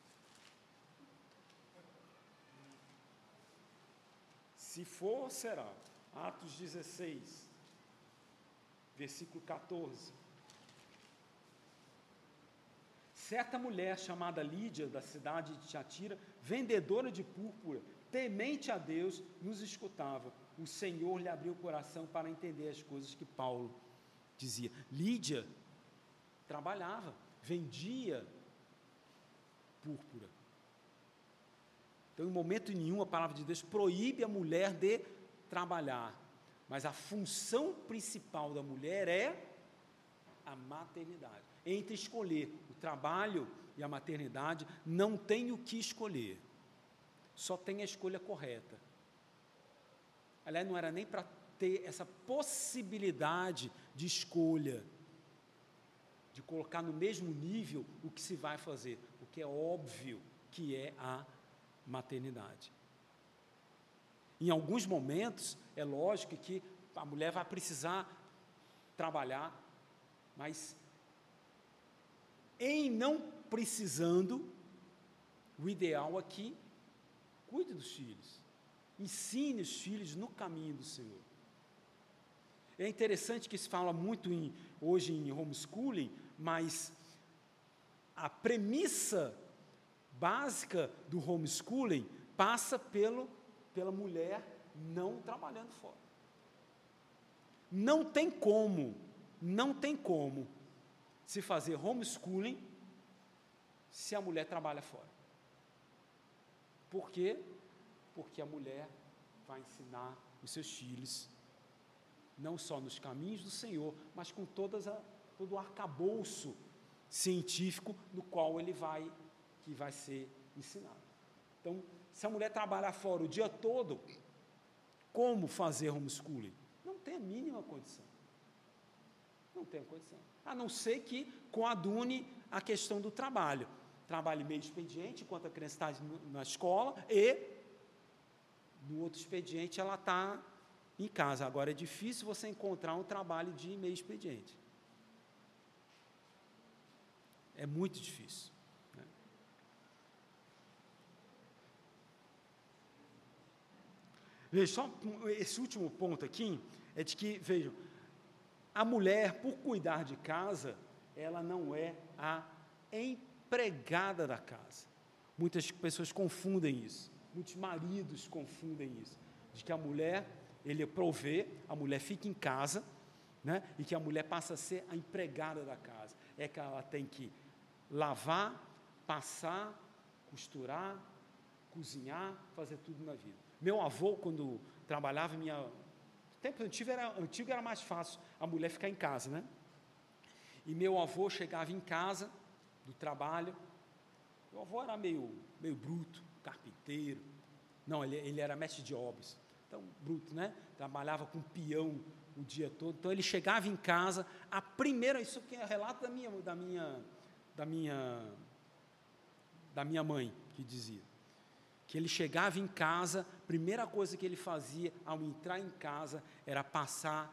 Se for, será. Atos dezesseis, versículo catorze. Certa mulher chamada Lídia, da cidade de Tiatira, vendedora de púrpura, temente a Deus, nos escutava. O Senhor lhe abriu o coração para entender as coisas que Paulo dizia. Lídia trabalhava, vendia púrpura. Então, em momento nenhum, a palavra de Deus proíbe a mulher de trabalhar, mas a função principal da mulher é a maternidade. Entre escolher o trabalho e a maternidade, não tem o que escolher, só tem a escolha correta. Aliás, não era nem para ter essa possibilidade de escolha, de colocar no mesmo nível o que se vai fazer, o que é óbvio que é a maternidade. Em alguns momentos, é lógico que a mulher vai precisar trabalhar, mas em não precisando, o ideal aqui, cuide dos filhos, ensine os filhos no caminho do Senhor. É interessante que se fala muito em, hoje em homeschooling, mas a premissa básica do homeschooling passa pelo, pela mulher não trabalhando fora. Não tem como, não tem como se fazer homeschooling se a mulher trabalha fora. Por quê? Porque a mulher vai ensinar os seus filhos, não só nos caminhos do Senhor, mas com todas a, todo o arcabouço científico no qual ele vai, que vai ser ensinado. Então, se a mulher trabalhar fora o dia todo, como fazer homeschooling? Não tem a mínima condição. Não tem a condição. A não ser que coadune a questão do trabalho. Trabalhe meio expediente, enquanto a criança está na escola, e no outro expediente ela está em casa. Agora, é difícil você encontrar um trabalho de meio expediente. É muito difícil. Né? Veja, só esse último ponto aqui, é de que, vejam, a mulher, por cuidar de casa, ela não é a empregada da casa. Muitas pessoas confundem isso, muitos maridos confundem isso, de que a mulher, ele provê, a mulher fica em casa, né, e que a mulher passa a ser a empregada da casa. É que ela tem que lavar, passar, costurar, cozinhar, fazer tudo na vida. Meu avô, quando trabalhava, minha... O tempo antigo era, antigo era mais fácil a mulher ficar em casa, né? E meu avô chegava em casa do trabalho, meu avô era meio, meio bruto, carpinteiro, não, ele, ele era mestre de obras, então, bruto, né? Trabalhava com peão o dia todo, então ele chegava em casa, a primeira, isso aqui é relato da minha, da minha, da minha, da minha mãe, que dizia, que ele chegava em casa, a primeira coisa que ele fazia ao entrar em casa era passar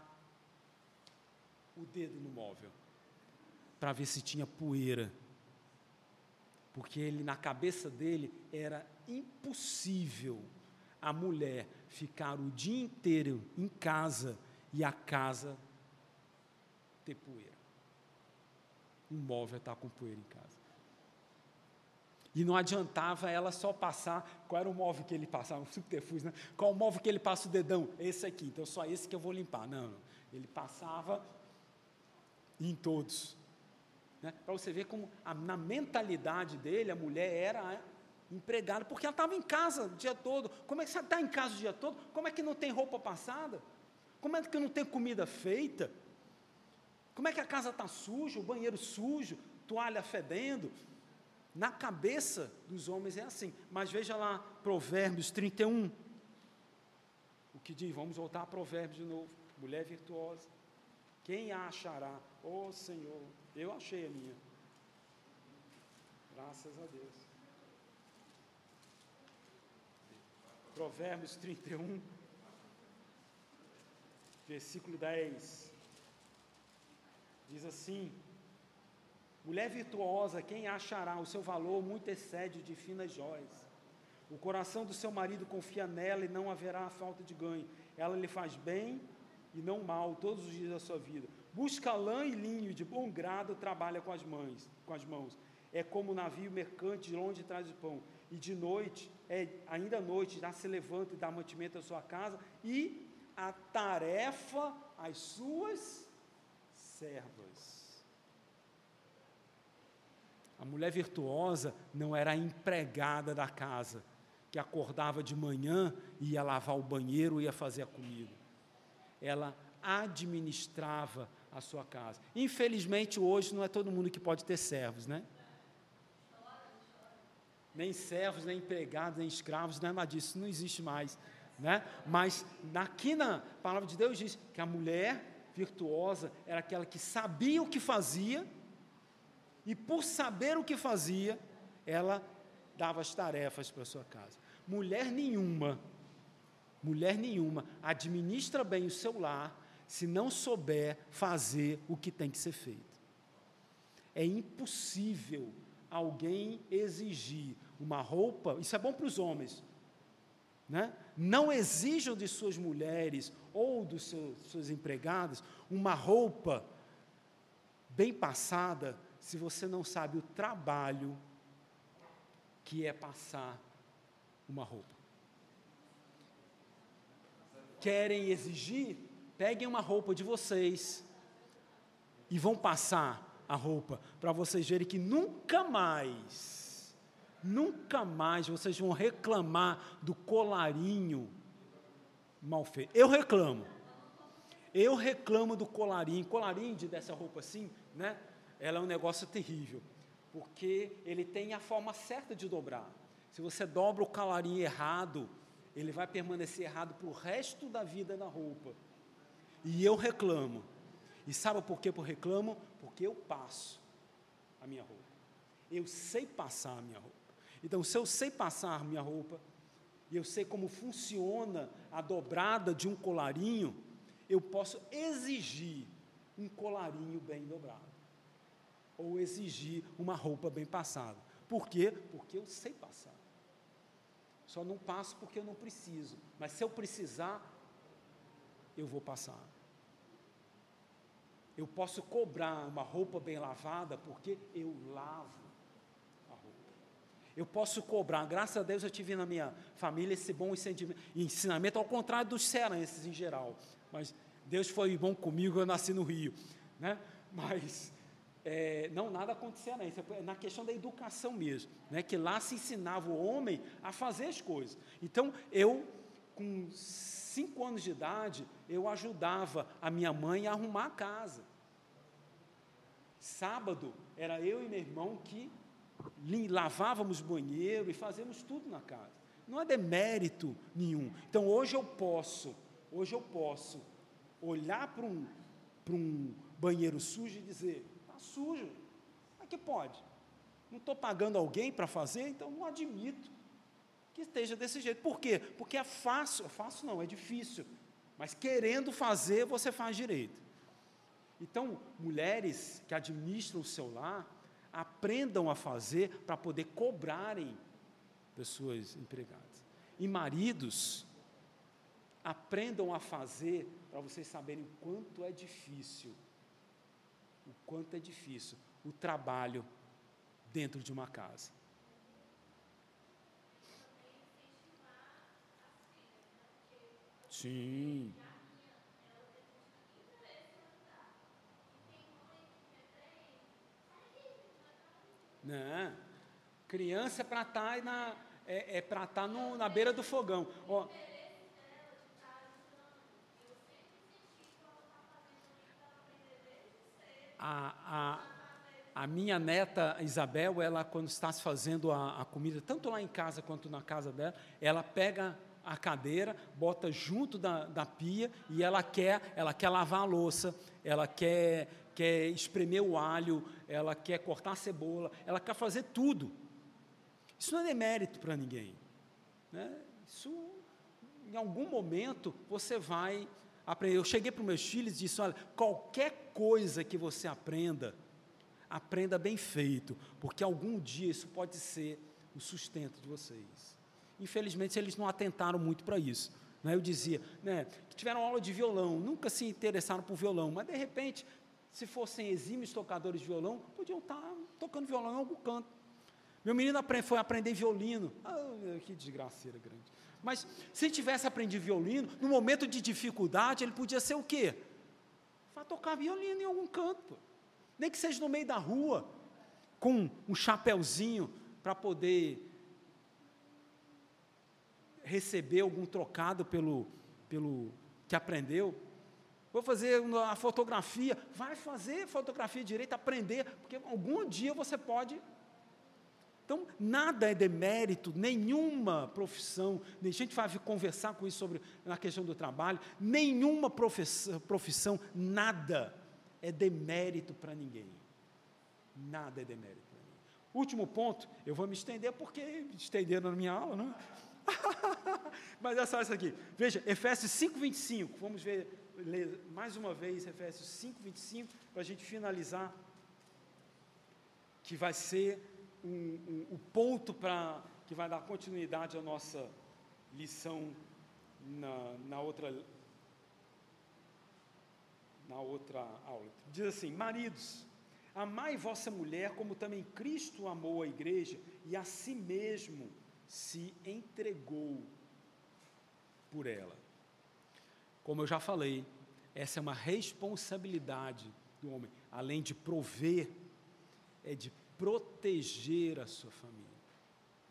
o dedo no móvel, para ver se tinha poeira, porque ele, na cabeça dele, era impossível a mulher ficar o dia inteiro em casa e a casa ter poeira. O móvel está com poeira em casa. E não adiantava ela só passar, qual era o móvel que ele passava, um subterfúgio, né? Qual o móvel que ele passa o dedão? Esse aqui, então só esse que eu vou limpar. Não, não. Ele passava em todos. Né? Para você ver como, a, na mentalidade dele, a mulher era empregada, porque ela estava em casa o dia todo. Como é que você está em casa o dia todo? Como é que não tem roupa passada? Como é que não tem comida feita? Como é que a casa está suja, o banheiro sujo, toalha fedendo? Na cabeça dos homens é assim. Mas veja lá, Provérbios trinta e um. O que diz? Vamos voltar a Provérbios de novo. Mulher virtuosa. Quem a achará? Oh, Senhor, eu achei a minha. Graças a Deus. Provérbios trinta e um, versículo dez. Diz assim: mulher virtuosa, quem a achará? O seu valor muito excede o de finas joias. O coração do seu marido confia nela e não haverá falta de ganho. Ela lhe faz bem e não mal todos os dias da sua vida. Busca lã e linho e de bom grado trabalha com as mãos, com as mãos. É como o navio mercante de longe traz o pão. E de noite, é, ainda à noite, já se levanta e dá mantimento à sua casa e a tarefa às suas servas. A mulher virtuosa não era a empregada da casa, que acordava de manhã e ia lavar o banheiro, ia fazer a comida. Ela administrava a sua casa. Infelizmente, hoje, não é todo mundo que pode ter servos, né? Nem servos, nem empregados, nem escravos, nada disso, não existe mais, né? Mas, aqui na palavra de Deus diz que a mulher virtuosa era aquela que sabia o que fazia, e por saber o que fazia, ela dava as tarefas para a sua casa. Mulher nenhuma, mulher nenhuma administra bem o seu lar, se não souber fazer o que tem que ser feito. É impossível alguém exigir uma roupa, isso é bom para os homens, né? Não exijam de suas mulheres ou dos seus, suas empregadas uma roupa bem passada, se você não sabe o trabalho que é passar uma roupa. Querem exigir? Peguem uma roupa de vocês e vão passar a roupa, para vocês verem que nunca mais Nunca mais vocês vão reclamar do colarinho mal feito. Eu reclamo. Eu reclamo do colarinho. Colarinho de dessa roupa assim, né? Ela é um negócio terrível, porque ele tem a forma certa de dobrar. Se você dobra o colarinho errado, ele vai permanecer errado para o resto da vida da roupa. E eu reclamo. E sabe por que eu reclamo? Porque eu passo a minha roupa. Eu sei passar a minha roupa. Então, se eu sei passar a minha roupa, e eu sei como funciona a dobrada de um colarinho, eu posso exigir um colarinho bem dobrado. Ou exigir uma roupa bem passada. Por quê? Porque eu sei passar. Só não passo porque eu não preciso. Mas se eu precisar, eu vou passar. Eu posso cobrar uma roupa bem lavada porque eu lavo a roupa. Eu posso cobrar, graças a Deus eu tive na minha família esse bom ensinamento, ao contrário dos cearenses em geral. Mas Deus foi bom comigo, eu nasci no Rio, né? Mas é, não nada acontecia na, na questão da educação mesmo, né? Que lá se ensinava o homem a fazer as coisas. Então eu, com cinco anos de idade, eu ajudava a minha mãe a arrumar a casa. Sábado era eu e meu irmão que lavávamos banheiro e fazíamos tudo na casa. Não é demérito nenhum. Então hoje eu posso, hoje eu posso olhar para um, para um banheiro sujo e dizer, está sujo, mas que pode? Não estou pagando alguém para fazer, então não admito que esteja desse jeito. Por quê? Porque é fácil, fácil não, é difícil, mas querendo fazer, você faz direito. Então, mulheres que administram o seu lar, aprendam a fazer para poder cobrarem das suas empregadas. E maridos, aprendam a fazer para vocês saberem o quanto é difícil, o quanto é difícil o trabalho dentro de uma casa. Sim. Não, criança é para estar na, é, é para estar no, na beira do fogão. Ó, a, a, a minha neta Isabel, ela quando está se fazendo a, a comida, tanto lá em casa quanto na casa dela, ela pega a cadeira, bota junto da, da pia e ela quer, ela quer lavar a louça, ela quer, quer espremer o alho, ela quer cortar a cebola, ela quer fazer tudo. Isso não é demérito para ninguém, né? Isso, em algum momento, você vai aprender. Eu cheguei para os meus filhos e disse, olha, qualquer coisa que você aprenda, aprenda bem feito, porque algum dia isso pode ser o sustento de vocês. Infelizmente, eles não atentaram muito para isso. Né? Eu dizia, né, que tiveram aula de violão, nunca se interessaram por violão, mas, de repente, se fossem exímios tocadores de violão, podiam estar tocando violão em algum canto. Meu menino foi aprender violino. Ah, que desgraceira grande. Mas, se ele tivesse aprendido violino, no momento de dificuldade, ele podia ser o quê? Vai tocar violino em algum canto. Nem que seja no meio da rua, com um chapéuzinho, para poder receber algum trocado pelo, pelo que aprendeu. Vou fazer a fotografia, vai fazer fotografia direito, aprender, porque algum dia você pode. Então, nada é demérito, nenhuma profissão, a gente vai conversar com isso sobre na questão do trabalho, nenhuma profissão, profissão nada é demérito para ninguém. Nada é demérito para ninguém. Último ponto, eu vou me estender, porque estenderam na minha aula, não é? Mas é só isso aqui. Veja, Efésios cinco, vinte e cinco. Vamos ver, ler mais uma vez Efésios cinco, vinte e cinco, para a gente finalizar, que vai ser um, um, um ponto para, que vai dar continuidade à nossa lição na, na, outra, na outra aula. Diz assim, maridos, amai vossa mulher como também Cristo amou a igreja e a si mesmo se entregou por ela. Como eu já falei, essa é uma responsabilidade do homem, além de prover, é de proteger a sua família.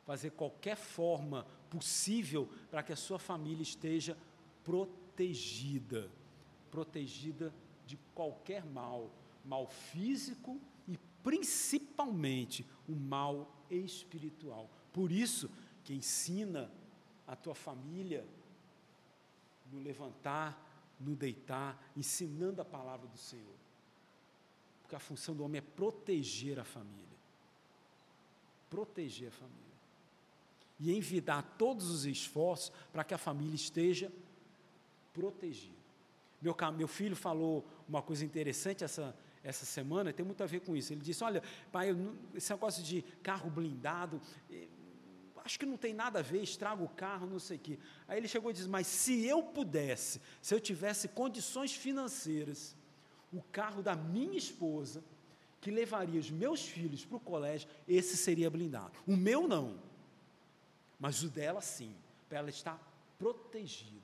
fazer qualquer forma possível para que a sua família esteja protegida, protegida de qualquer mal, mal físico e principalmente o mal espiritual. Por isso que ensina a tua família no levantar, no deitar, ensinando a palavra do Senhor. Porque a função do homem é proteger a família. Proteger a família. E envidar todos os esforços para que a família esteja protegida. Meu, meu filho falou uma coisa interessante essa, essa semana, tem muito a ver com isso. Ele disse, olha, pai, eu, esse negócio de carro blindado, acho que não tem nada a ver, estraga o carro, não sei o quê. Aí ele chegou e disse, mas se eu pudesse, se eu tivesse condições financeiras, o carro da minha esposa, que levaria os meus filhos para o colégio, esse seria blindado. O meu não, mas o dela sim, para ela estar protegida.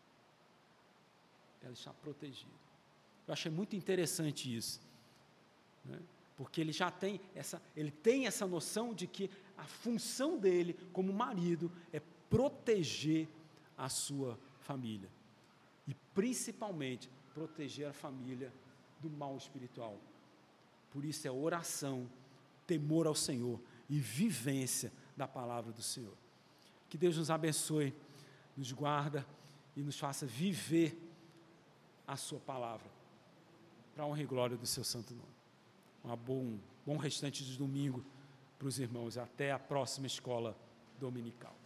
Ela está protegida. Eu achei muito interessante isso, né? Porque ele já tem essa, ele tem essa noção de que a função dele como marido é proteger a sua família e principalmente proteger a família do mal espiritual. Por isso é oração, temor ao Senhor e vivência da palavra do Senhor. Que Deus nos abençoe, nos guarda e nos faça viver a sua palavra, para a honra e glória do seu santo nome. Um bom, bom restante de domingo para os irmãos. Até a próxima escola dominical.